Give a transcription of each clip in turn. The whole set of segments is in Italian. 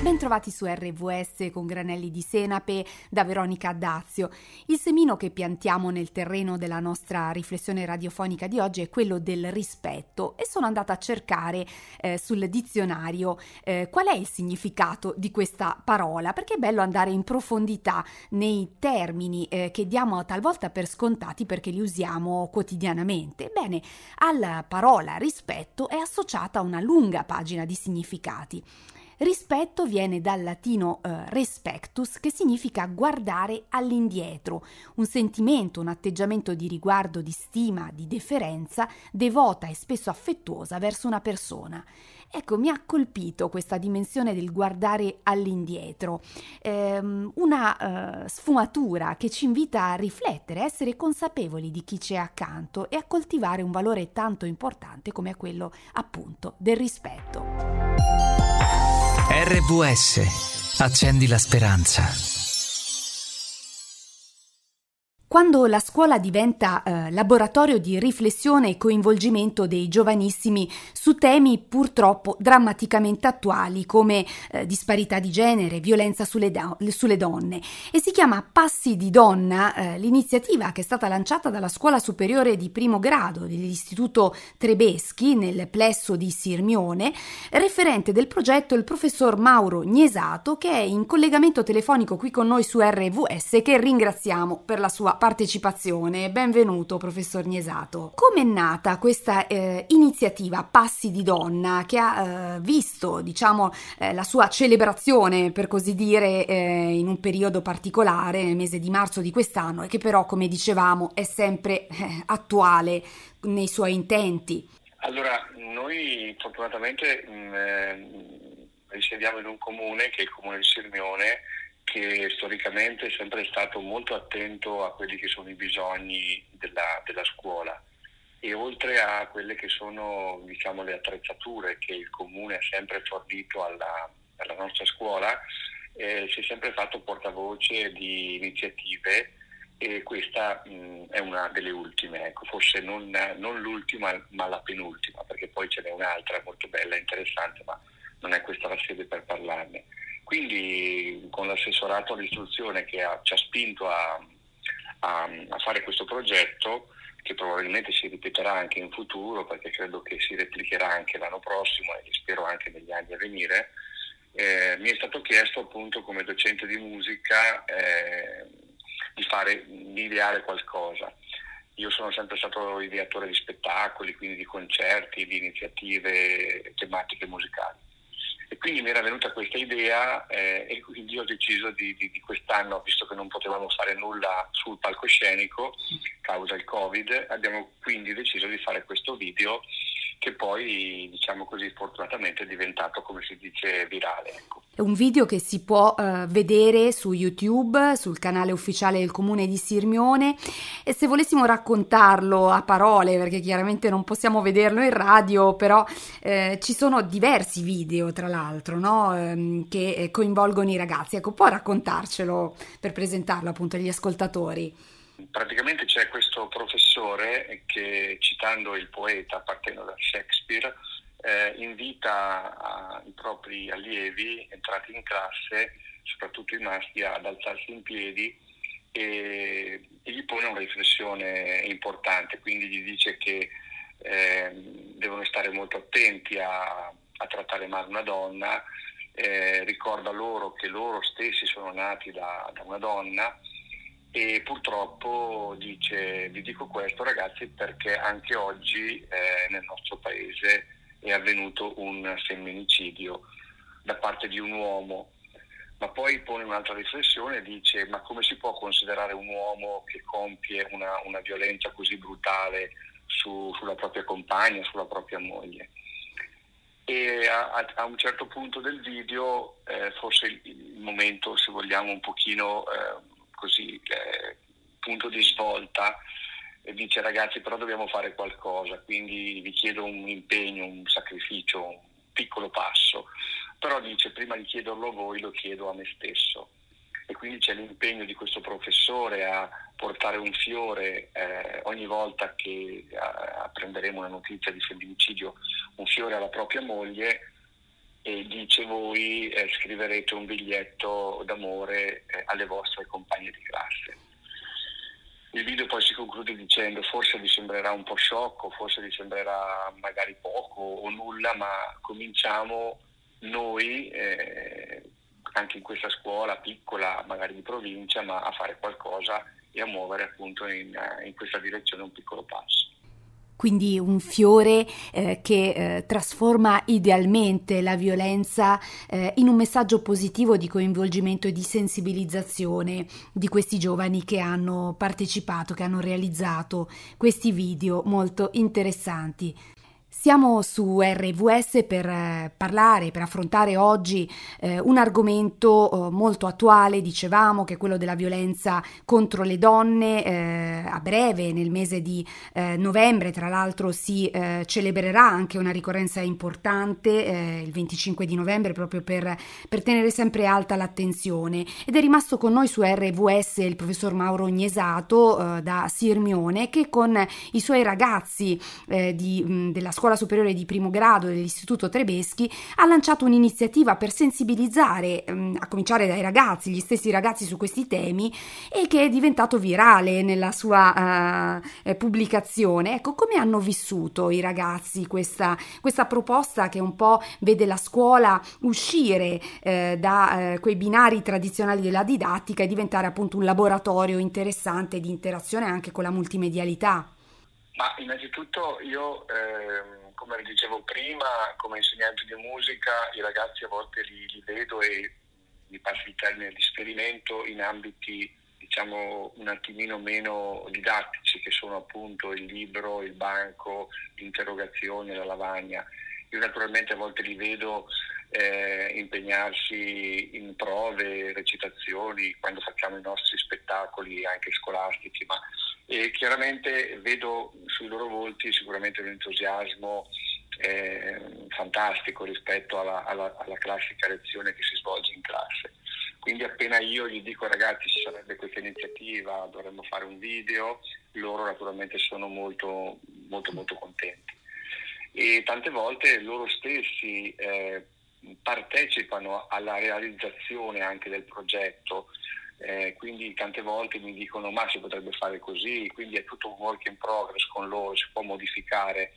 Bentrovati su RVS con Granelli di Senape da Veronica Addazio. Il semino che piantiamo nel terreno della nostra riflessione radiofonica di oggi è quello del rispetto e sono andata a cercare sul dizionario qual è il significato di questa parola, perché è bello andare in profondità nei termini che diamo talvolta per scontati perché li usiamo quotidianamente. Ebbene, alla parola rispetto è associata una lunga pagina di significati. Rispetto viene dal latino respectus, che significa guardare all'indietro, un sentimento, un atteggiamento di riguardo, di stima, di deferenza, devota e spesso affettuosa verso una persona. Ecco, mi ha colpito questa dimensione del guardare all'indietro, una sfumatura che ci invita a riflettere, a essere consapevoli di chi c'è accanto e a coltivare un valore tanto importante come quello appunto del rispetto. RVS, accendi la speranza. Quando la scuola diventa laboratorio di riflessione e coinvolgimento dei giovanissimi su temi purtroppo drammaticamente attuali come disparità di genere, violenza sulle donne, e si chiama Passi di Donna, l'iniziativa che è stata lanciata dalla scuola superiore di primo grado dell'Istituto Trebeschi nel plesso di Sirmione, referente del progetto il professor Mauro Gnesato, che è in collegamento telefonico qui con noi su RVS, che ringraziamo per la sua partecipazione. Benvenuto professor Gnesato. Come è nata questa iniziativa Passi di Donna che ha visto la sua celebrazione, per così dire, in un periodo particolare, nel mese di marzo di quest'anno, e che però, come dicevamo, è sempre attuale nei suoi intenti? Allora, noi fortunatamente risiediamo in un comune che è il comune di Sirmione, che storicamente è sempre stato molto attento a quelli che sono i bisogni della scuola, e oltre a quelle che sono, le attrezzature che il comune ha sempre fornito alla nostra scuola, si è sempre fatto portavoce di iniziative, e questa è una delle ultime, ecco, forse non l'ultima ma la penultima, perché poi ce n'è un'altra molto bella e interessante, ma non è questa la sede per parlarne. Quindi con l'assessorato all'istruzione che ci ha spinto a fare questo progetto, che probabilmente si ripeterà anche in futuro, perché credo che si replicherà anche l'anno prossimo e spero anche negli anni a venire, mi è stato chiesto appunto come docente di musica di ideare qualcosa. Io sono sempre stato ideatore di spettacoli, quindi di concerti, di iniziative tematiche musicali. E quindi mi era venuta questa idea e quindi ho deciso di quest'anno, visto che non potevamo fare nulla sul palcoscenico causa il Covid, abbiamo quindi deciso di fare questo video che poi, fortunatamente è diventato, come si dice, virale. Ecco. È un video che si può vedere su YouTube, sul canale ufficiale del comune di Sirmione, e se volessimo raccontarlo a parole, perché chiaramente non possiamo vederlo in radio, però ci sono diversi video, tra l'altro, no? Che coinvolgono i ragazzi. Ecco, può raccontarcelo per presentarlo appunto agli ascoltatori? Praticamente c'è questo professore che, citando il poeta partendo da Shakespeare, invita i propri allievi entrati in classe, soprattutto i maschi, ad alzarsi in piedi e gli pone una riflessione importante. Quindi gli dice che devono stare molto attenti a trattare male una donna, ricorda loro che loro stessi sono nati da una donna. E purtroppo dice: vi dico questo ragazzi perché anche oggi nel nostro paese è avvenuto un femminicidio da parte di un uomo. Ma poi pone un'altra riflessione e dice: ma come si può considerare un uomo che compie una violenza così brutale sulla propria compagna, sulla propria moglie? E a un certo punto del video, forse il momento, se vogliamo, un pochino punto di svolta, e dice: ragazzi, però dobbiamo fare qualcosa, quindi vi chiedo un impegno, un sacrificio, un piccolo passo, però dice: prima di chiederlo a voi lo chiedo a me stesso. E quindi c'è l'impegno di questo professore a portare un fiore ogni volta che apprenderemo una notizia di femminicidio, un fiore alla propria moglie, e dice: voi scriverete un biglietto d'amore alle vostre compagne di classe. Il video poi si conclude dicendo: forse vi sembrerà un po' sciocco, forse vi sembrerà magari poco o nulla, ma cominciamo noi, anche in questa scuola piccola, magari di provincia, ma a fare qualcosa e a muovere appunto in questa direzione un piccolo passo. Quindi un fiore che trasforma idealmente la violenza in un messaggio positivo di coinvolgimento e di sensibilizzazione di questi giovani che hanno partecipato, che hanno realizzato questi video molto interessanti. Siamo su RVS per parlare, per affrontare oggi un argomento molto attuale, dicevamo, che è quello della violenza contro le donne. A breve, nel mese di novembre, tra l'altro, si celebrerà anche una ricorrenza importante, il 25 di novembre, proprio per tenere sempre alta l'attenzione. Ed è rimasto con noi su RVS il professor Mauro Ognesato da Sirmione, che con i suoi ragazzi della Scuola Superiore di Primo Grado dell'Istituto Trebeschi ha lanciato un'iniziativa per sensibilizzare, a cominciare dai ragazzi, gli stessi ragazzi, su questi temi, e che è diventato virale nella sua pubblicazione. Ecco, come hanno vissuto i ragazzi questa proposta che un po' vede la scuola uscire da quei binari tradizionali della didattica e diventare appunto un laboratorio interessante di interazione anche con la multimedialità? Ma innanzitutto io, come dicevo prima, come insegnante di musica, i ragazzi a volte li vedo e mi passi il termine di esperimento in ambiti, diciamo, un attimino meno didattici, che sono appunto il libro, il banco, l'interrogazione, la lavagna. Io naturalmente a volte li vedo impegnarsi in prove, recitazioni, quando facciamo i nostri spettacoli anche scolastici, ma chiaramente vedo sui loro volti sicuramente un entusiasmo fantastico rispetto alla classica lezione che si svolge in classe. Quindi appena io gli dico: ragazzi, ci sarebbe questa iniziativa, dovremmo fare un video, loro naturalmente sono molto molto molto contenti, e tante volte loro stessi partecipano alla realizzazione anche del progetto. Quindi tante volte mi dicono: ma si potrebbe fare così, quindi è tutto un work in progress con loro, si può modificare,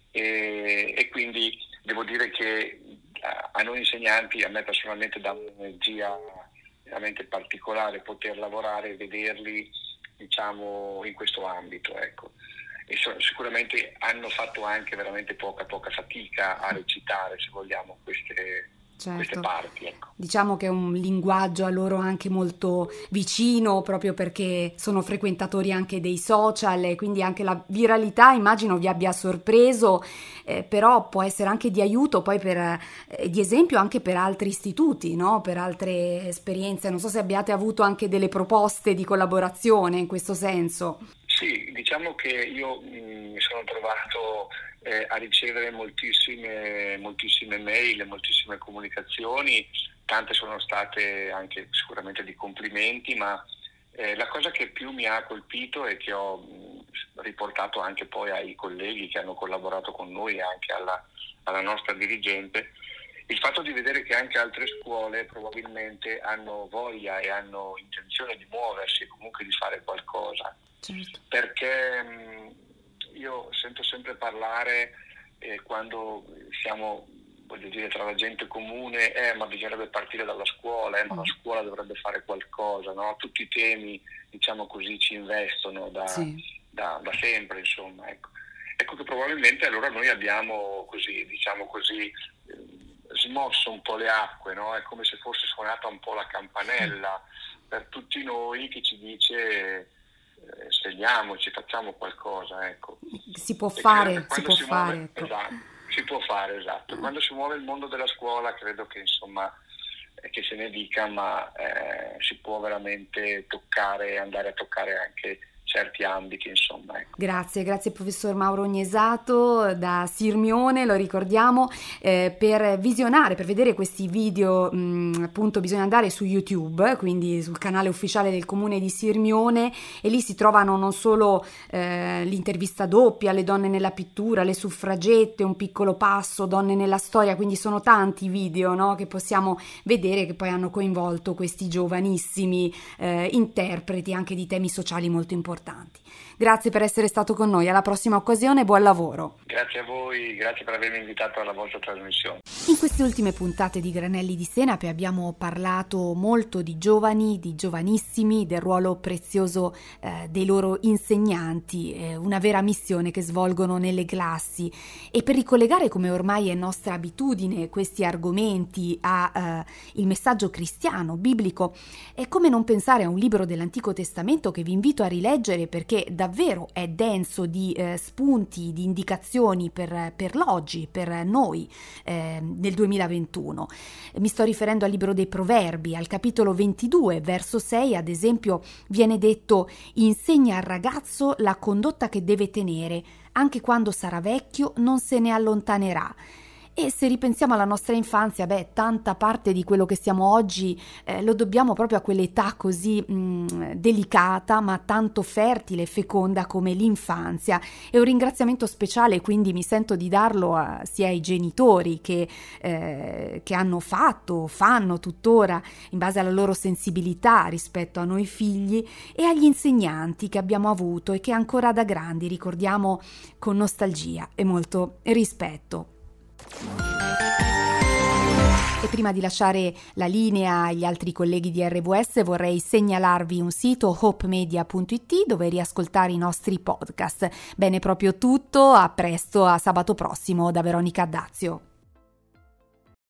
e quindi devo dire che a noi insegnanti, a me personalmente, dà un'energia veramente particolare poter lavorare e vederli, diciamo, in questo ambito, ecco. E sicuramente hanno fatto anche veramente poca fatica a recitare, se vogliamo, queste parti, ecco. Diciamo che è un linguaggio a loro anche molto vicino, proprio perché sono frequentatori anche dei social, e quindi anche la viralità immagino vi abbia sorpreso, però può essere anche di aiuto poi di esempio anche per altri istituti, no? Per altre esperienze. Non so se abbiate avuto anche delle proposte di collaborazione in questo senso. Sì, diciamo che io mi sono trovato a ricevere moltissime mail, moltissime comunicazioni, tante sono state anche sicuramente di complimenti, ma la cosa che più mi ha colpito e che ho riportato anche poi ai colleghi che hanno collaborato con noi e anche alla nostra dirigente, il fatto di vedere che anche altre scuole probabilmente hanno voglia e hanno intenzione di muoversi e comunque di fare qualcosa. Certo. Perché io sento sempre parlare quando siamo, voglio dire, tra la gente comune, ma bisognerebbe partire dalla scuola, ma la scuola dovrebbe fare qualcosa, no? Tutti i temi, diciamo così, ci investono da sempre, insomma, ecco. Ecco che probabilmente allora noi abbiamo così, diciamo così, smosso un po' le acque, no? È come se fosse suonata un po' la campanella per tutti noi, che ci dice: svegliamoci, facciamo qualcosa, ecco. Si può fare. Esatto, si può fare, esatto. Quando si muove il mondo della scuola, credo che, insomma, che se ne dica, ma si può veramente andare a toccare anche certi ambiti, insomma. Ecco. Grazie professor Mauro Ognesato da Sirmione, lo ricordiamo, per visionare, per vedere questi video appunto bisogna andare su YouTube, quindi sul canale ufficiale del comune di Sirmione, e lì si trovano non solo l'intervista doppia, le donne nella pittura, le suffragette, un piccolo passo, donne nella storia, quindi sono tanti video, no, che possiamo vedere, che poi hanno coinvolto questi giovanissimi interpreti anche di temi sociali molto importanti. Grazie per essere stato con noi, alla prossima occasione, buon lavoro. Grazie a voi, grazie per avermi invitato alla vostra trasmissione. In queste ultime puntate di Granelli di Senape abbiamo parlato molto di giovani, di giovanissimi, del ruolo prezioso dei loro insegnanti, una vera missione che svolgono nelle classi, e per ricollegare, come ormai è nostra abitudine, questi argomenti a il messaggio cristiano, biblico, è come non pensare a un libro dell'Antico Testamento che vi invito a rileggere, perché davvero è denso di spunti, di indicazioni per l'oggi, per noi nel 2021. Mi sto riferendo al libro dei Proverbi, al capitolo 22, verso 6, ad esempio, viene detto: insegna al ragazzo la condotta che deve tenere, anche quando sarà vecchio non se ne allontanerà. E se ripensiamo alla nostra infanzia, tanta parte di quello che siamo oggi lo dobbiamo proprio a quell'età così delicata, ma tanto fertile e feconda come l'infanzia. E un ringraziamento speciale quindi mi sento di darlo sia ai genitori che hanno fanno tuttora in base alla loro sensibilità rispetto a noi figli, e agli insegnanti che abbiamo avuto e che ancora da grandi ricordiamo con nostalgia e molto rispetto. E prima di lasciare la linea agli altri colleghi di RWS vorrei segnalarvi un sito, hopemedia.it, dove riascoltare i nostri podcast. Bene, proprio tutto, a presto, a sabato prossimo da Veronica Addazio.